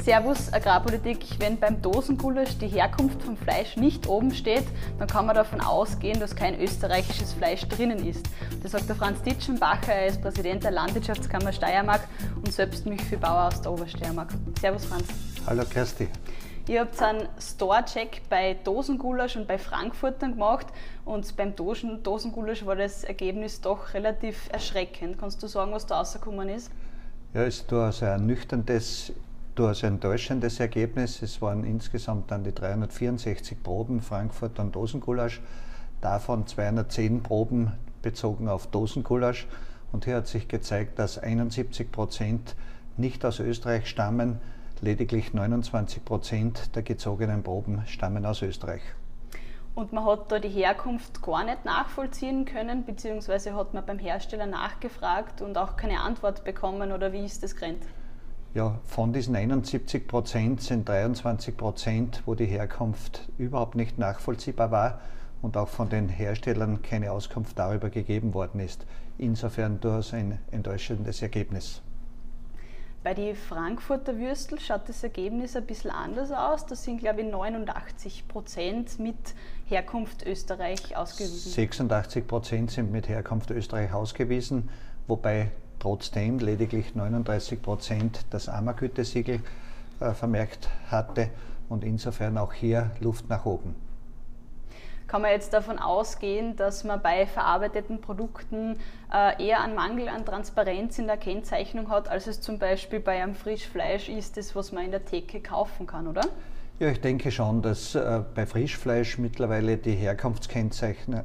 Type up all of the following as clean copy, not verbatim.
Servus Agrarpolitik. Wenn beim Dosengulasch die Herkunft vom Fleisch nicht oben steht, dann kann man davon ausgehen, dass kein österreichisches Fleisch drinnen ist. Das sagt der Franz Ditschenbacher, er ist Präsident der Landwirtschaftskammer Steiermark und selbst Milchviehbauer aus der Obersteiermark. Servus Franz. Hallo Kersti. Ihr habt einen Store-Check bei Dosengulasch und bei Frankfurtern gemacht und beim Dosengulasch war das Ergebnis doch relativ erschreckend. Kannst du sagen, was da rausgekommen ist? Ja, es ist durchaus ein ernüchterndes, durchaus enttäuschendes Ergebnis. Es waren insgesamt dann die 364 Proben Frankfurt und Dosengulasch, davon 210 Proben bezogen auf Dosengulasch. Und hier hat sich gezeigt, dass 71% nicht aus Österreich stammen, lediglich 29% der gezogenen Proben stammen aus Österreich. Und man hat da die Herkunft gar nicht nachvollziehen können, beziehungsweise hat man beim Hersteller nachgefragt und auch keine Antwort bekommen, oder wie ist das gerannt? Ja, von diesen 71% sind 23%, wo die Herkunft überhaupt nicht nachvollziehbar war und auch von den Herstellern keine Auskunft darüber gegeben worden ist. Insofern durchaus ein enttäuschendes Ergebnis. Bei den Frankfurter Würstel schaut das Ergebnis ein bisschen anders aus. Das sind, glaube ich, 89% mit Herkunft Österreich ausgewiesen. 86% sind mit Herkunft Österreich ausgewiesen, wobei trotzdem lediglich 39% das AMA-Gütesiegel vermerkt hatte und insofern auch hier Luft nach oben. Kann man jetzt davon ausgehen, dass man bei verarbeiteten Produkten eher einen Mangel an Transparenz in der Kennzeichnung hat, als es zum Beispiel bei einem Frischfleisch ist, das was man in der Theke kaufen kann, oder? Ja, ich denke schon, dass bei Frischfleisch mittlerweile die Herkunftskennzeichnung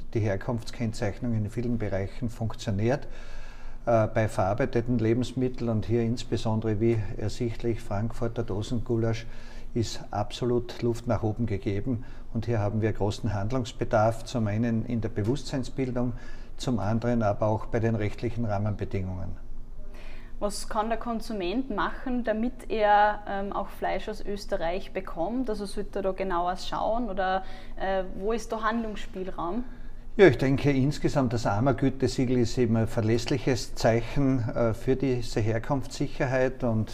in vielen Bereichen funktioniert. Bei verarbeiteten Lebensmitteln und hier insbesondere wie ersichtlich Frankfurter Dosengulasch ist absolut Luft nach oben gegeben und hier haben wir großen Handlungsbedarf, zum einen in der Bewusstseinsbildung, zum anderen aber auch bei den rechtlichen Rahmenbedingungen. Was kann der Konsument machen, damit er auch Fleisch aus Österreich bekommt? Also sollte er da genauer schauen oder wo ist da Handlungsspielraum? Ja, ich denke insgesamt das AMA-Gütesiegel ist eben ein verlässliches Zeichen für diese Herkunftssicherheit und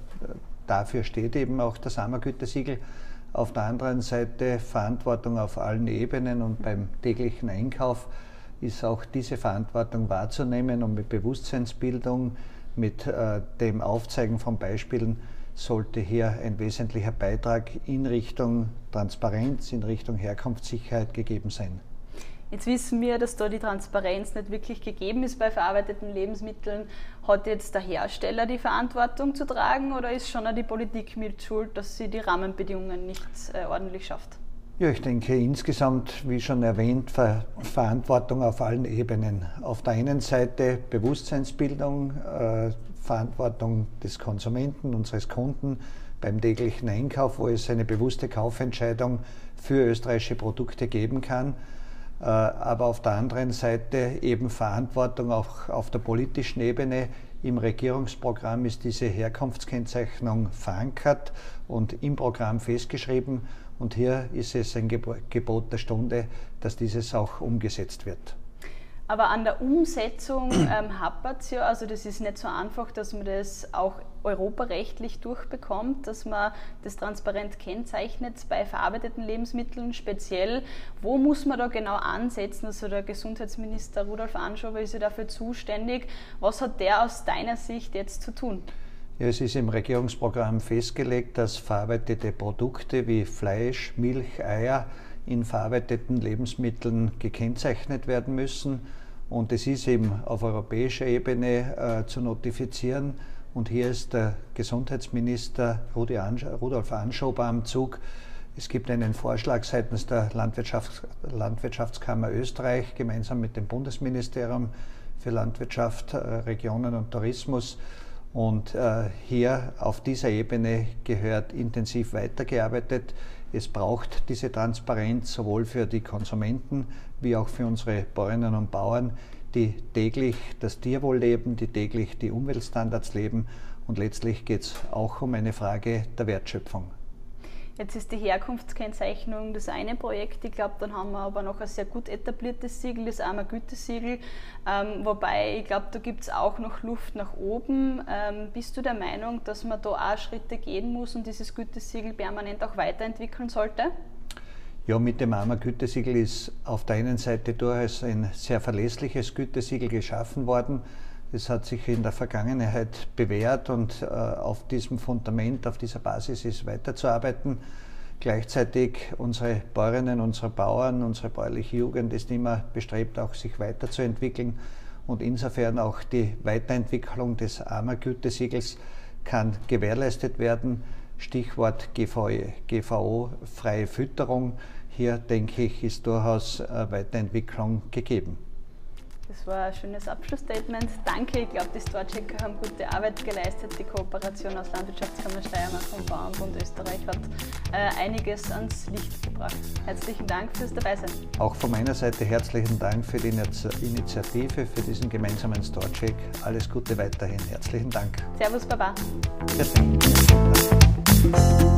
dafür steht eben auch das AMA-Gütesiegel. Auf der anderen Seite Verantwortung auf allen Ebenen und beim täglichen Einkauf ist auch diese Verantwortung wahrzunehmen und mit Bewusstseinsbildung, mit dem Aufzeigen von Beispielen sollte hier ein wesentlicher Beitrag in Richtung Transparenz, in Richtung Herkunftssicherheit gegeben sein. Jetzt wissen wir, dass da die Transparenz nicht wirklich gegeben ist bei verarbeiteten Lebensmitteln. Hat jetzt der Hersteller die Verantwortung zu tragen oder ist schon auch die Politik mit schuld, dass sie die Rahmenbedingungen nicht ordentlich schafft? Ja, ich denke insgesamt, wie schon erwähnt, Verantwortung auf allen Ebenen. Auf der einen Seite Bewusstseinsbildung, Verantwortung des Konsumenten, unseres Kunden beim täglichen Einkauf, wo es eine bewusste Kaufentscheidung für österreichische Produkte geben kann. Aber auf der anderen Seite eben Verantwortung auch auf der politischen Ebene. Im Regierungsprogramm ist diese Herkunftskennzeichnung verankert und im Programm festgeschrieben. Und hier ist es ein Gebot der Stunde, dass dieses auch umgesetzt wird. Aber an der Umsetzung hapert es ja, also das ist nicht so einfach, dass man das auch europarechtlich durchbekommt, dass man das transparent kennzeichnet bei verarbeiteten Lebensmitteln speziell. Wo muss man da genau ansetzen? Also der Gesundheitsminister Rudolf Anschober ist ja dafür zuständig. Was hat der aus deiner Sicht jetzt zu tun? Ja, es ist im Regierungsprogramm festgelegt, dass verarbeitete Produkte wie Fleisch, Milch, Eier in verarbeiteten Lebensmitteln gekennzeichnet werden müssen. Und es ist eben auf europäischer Ebene zu notifizieren. Und hier ist der Gesundheitsminister Rudolf Anschober am Zug. Es gibt einen Vorschlag seitens der Landwirtschaftskammer Österreich gemeinsam mit dem Bundesministerium für Landwirtschaft, Regionen und Tourismus. Und hier auf dieser Ebene gehört intensiv weitergearbeitet. Es braucht diese Transparenz sowohl für die Konsumenten wie auch für unsere Bäuerinnen und Bauern, die täglich das Tierwohl leben, die täglich die Umweltstandards leben. Und letztlich geht es auch um eine Frage der Wertschöpfung. Jetzt ist die Herkunftskennzeichnung das eine Projekt. Ich glaube, dann haben wir aber noch ein sehr gut etabliertes Siegel, das AMA-Gütesiegel. Wobei, ich glaube, da gibt es auch noch Luft nach oben. Bist du der Meinung, dass man da auch Schritte gehen muss und dieses Gütesiegel permanent auch weiterentwickeln sollte? Ja, mit dem AMA-Gütesiegel ist auf der einen Seite durchaus ein sehr verlässliches Gütesiegel geschaffen worden. Es hat sich in der Vergangenheit bewährt und auf diesem Fundament, auf dieser Basis ist weiterzuarbeiten. Gleichzeitig unsere Bäuerinnen, unsere Bauern, unsere bäuerliche Jugend ist immer bestrebt, auch sich weiterzuentwickeln. Und insofern auch die Weiterentwicklung des AMA-Gütesiegels kann gewährleistet werden. Stichwort GVO, freie Fütterung. Hier, denke ich, ist durchaus Weiterentwicklung gegeben. Das war ein schönes Abschlussstatement. Danke, ich glaube, die Store-Checker haben gute Arbeit geleistet. Die Kooperation aus Landwirtschaftskammer Steiermark und Bauernbund Österreich hat einiges ans Licht gebracht. Herzlichen Dank fürs Dabeisein. Auch von meiner Seite herzlichen Dank für die Initiative, für diesen gemeinsamen Store-Check. Alles Gute weiterhin. Herzlichen Dank. Servus, Baba. Herzlichen Dank.